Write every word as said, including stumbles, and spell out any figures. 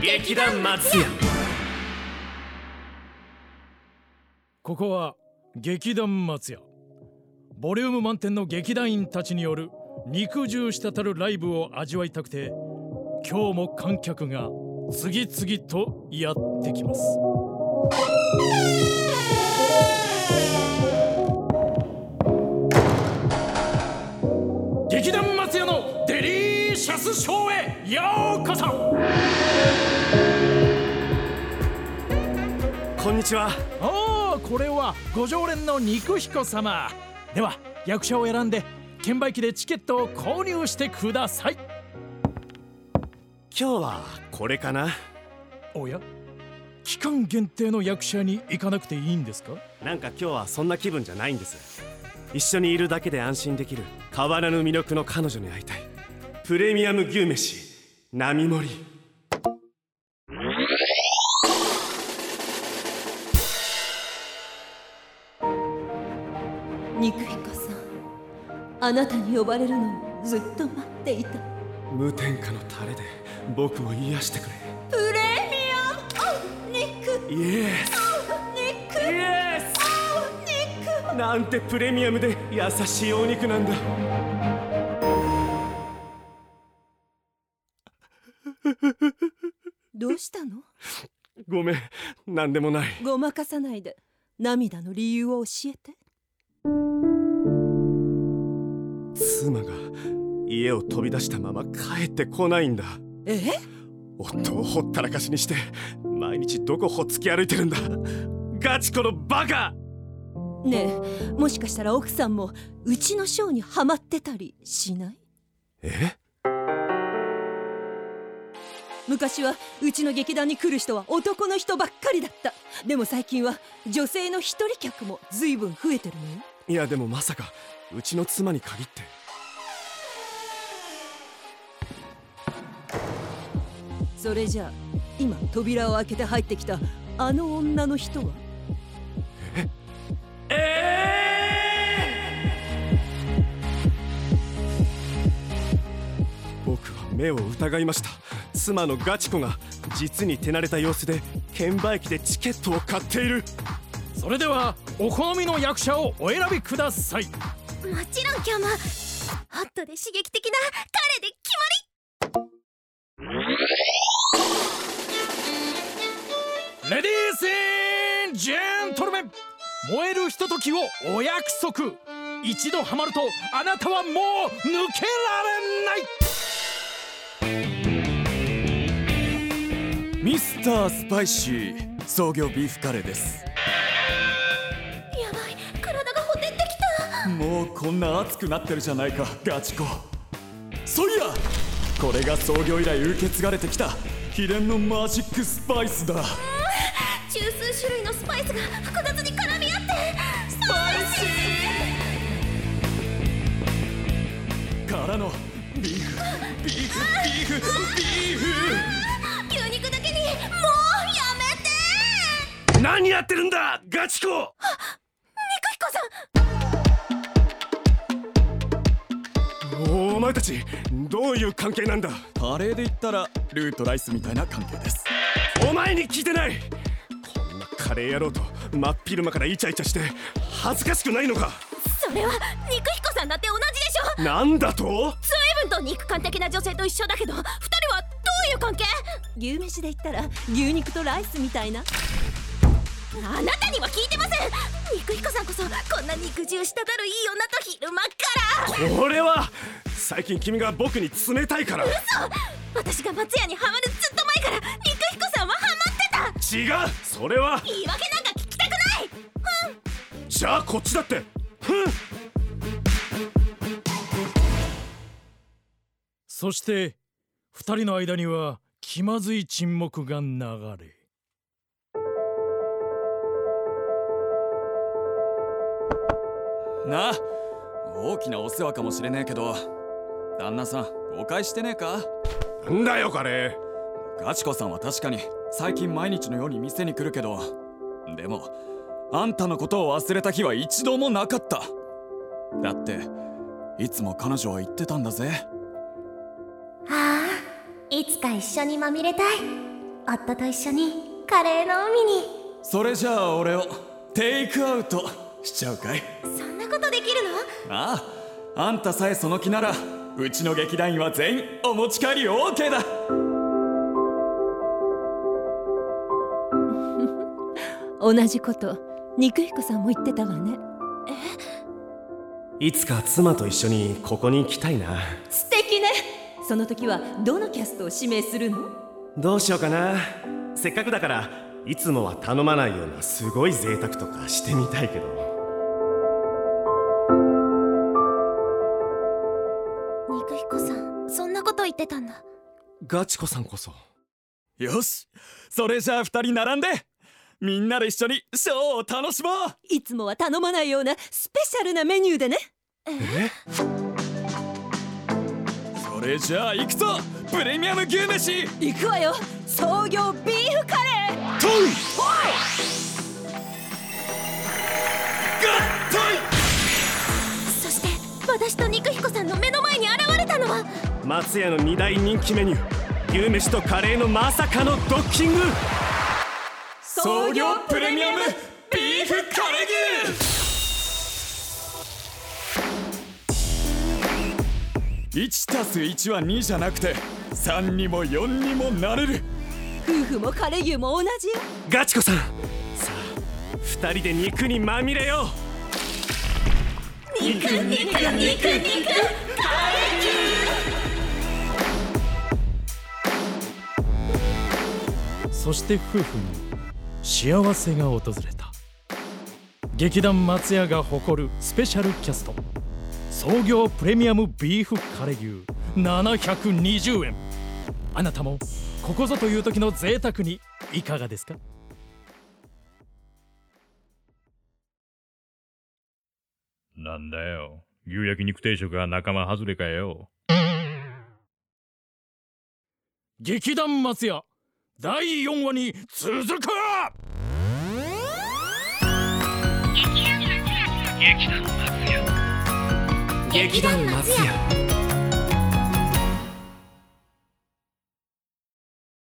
劇団松屋。 ここは劇団松屋。ボリューム満点の劇団員たちによる肉汁滴るライブを味わいたくて、今日も観客が次々とやってきます。劇団松屋のデリシャスショーへようこそ。 こんにちは。 おー、これはご常連の肉彦様。では役者を選んで券売機でチケットを購入してください。 今日はこれかな。 おや、期間限定の役者に行かなくていいんですか？ なんか今日はそんな気分じゃないんです。一緒にいるだけで安心できる変わらぬ魅力の彼女に会いたい。プレミアム牛飯並盛り。 肉彦さん、あなたに呼ばれるのをずっと待っていた。 無添加のタレで僕を癒してくれ。 プレミアム肉。 イエス肉。 イエス肉。 なんてプレミアムで優しいお肉なんだ。 どうしたの？ ごめん、なんでもない。 ごまかさないで、涙の理由を教えて。 妻が家を飛び出したまま帰ってこないんだ。 え？ 夫をほったらかしにして毎日どこほっつき歩いてるんだ。ガチこのバカ。 ねえ、もしかしたら奥さんもうちのショーにハマってたりしない？ え？ 昔はうちの劇団に来る人は男の人ばっかりだった。でも最近は女性の一人客も随分増えてるのよ。 いやでもまさかうちの妻に限って。 それじゃあ今扉を開けて入ってきたあの女の人は？ ええー、僕は目を疑いました。妻のガチ子が実に手慣れた様子で券売機でチケットを買っている。 それではお好みの役者をお選びください。 もちろん今日もホットで刺激的な彼で決まり。 レディース・ジェントルメン、燃えるひとときをお約束。一度ハマるとあなたはもう抜けられない。 ミスタースパイシー創業ビーフカレーです。 やばい、体がほてってきた。 もうこんな熱くなってるじゃないかガチ子。そういや、これが創業以来受け継がれてきた秘伝のマジックスパイスだ。 十数種類のスパイスが複雑に絡み合ってスパイシーからのビーフビーフビーフビーフ。 牛肉だけにもうやめて。 何やってるんだガチ子。 肉彦さん、 お前たちどういう関係なんだ。 カレーで言ったらルーとライスみたいな関係です。 お前に聞いてない。こんなカレー野郎と真っ昼間からイチャイチャして恥ずかしくないのか。 それは肉彦さんだって同じでしょ。 なんだと。 随分と肉感的な女性と一緒だけど、二人はどういう関係？ 牛飯で言ったら牛肉とライスみたいな。 あなたには聞いてません。肉彦さんこそこんな肉汁滴るいい女と昼間っから。 これは最近君が僕に冷たいから。 嘘。私が松屋にハマるずっと前から肉彦さんはハマってた。 違う、それは言い訳なんか聞きたくない。 ふん。じゃあこっちだってふん。 そして二人の間には気まずい沈黙が流れ、 なあ、大きなお世話かもしれねえけど旦那さん誤解してねえか。 なんだよカレー。ガチ子さんは確かに最近毎日のように店に来るけど、でもあんたのことを忘れた日は一度もなかった。だっていつも彼女は言ってたんだぜ。 ああ、いつか一緒にまみれたい。 夫と一緒にカレーの海に。 それじゃあ俺をテイクアウトしちゃうかい？ そんなことできるの？ ああ、あんたさえその気ならうちの劇団員は全員お持ち帰り オーケー だ。 同じこと肉彦さんも言ってたわね。 いつか妻と一緒にここに来たいな。 素敵ね。その時はどのキャストを指名するの？ どうしようかな。せっかくだからいつもは頼まないようなすごい贅沢とかしてみたいけど。 肉彦さん、そんなこと言ってたんだ。 ガチコさんこそ。 よし、それじゃあ二人並んでみんなで一緒にショーを楽しもう。 いつもは頼まないようなスペシャルなメニューでね。 え？ それじゃあ行くぞ、プレミアム牛飯。 行くわよ、創業ビーフカレー。 トイガットイ。 そして私と肉彦さんの目の前に現れたのは松屋の二大人気メニュー、牛飯とカレーのまさかのドッキング。 創業プレミアムビーフカレー牛。 いちたすいち はにじゃなくてさんにもよんにもなれる。 夫婦もカレー牛も同じよ。 ガチコさん、さあ二人で肉にまみれよう。 肉肉肉肉カレー牛。そして夫婦に幸せが訪れた。劇団松屋が誇るスペシャルキャスト、創業プレミアムビーフカレー牛ななひゃくにじゅうえん。あなたもここぞという時の贅沢にいかがですか？ なんだよ、牛焼肉定食が仲間外れかよ。 劇団松屋だいよんわに続く。 劇団松屋。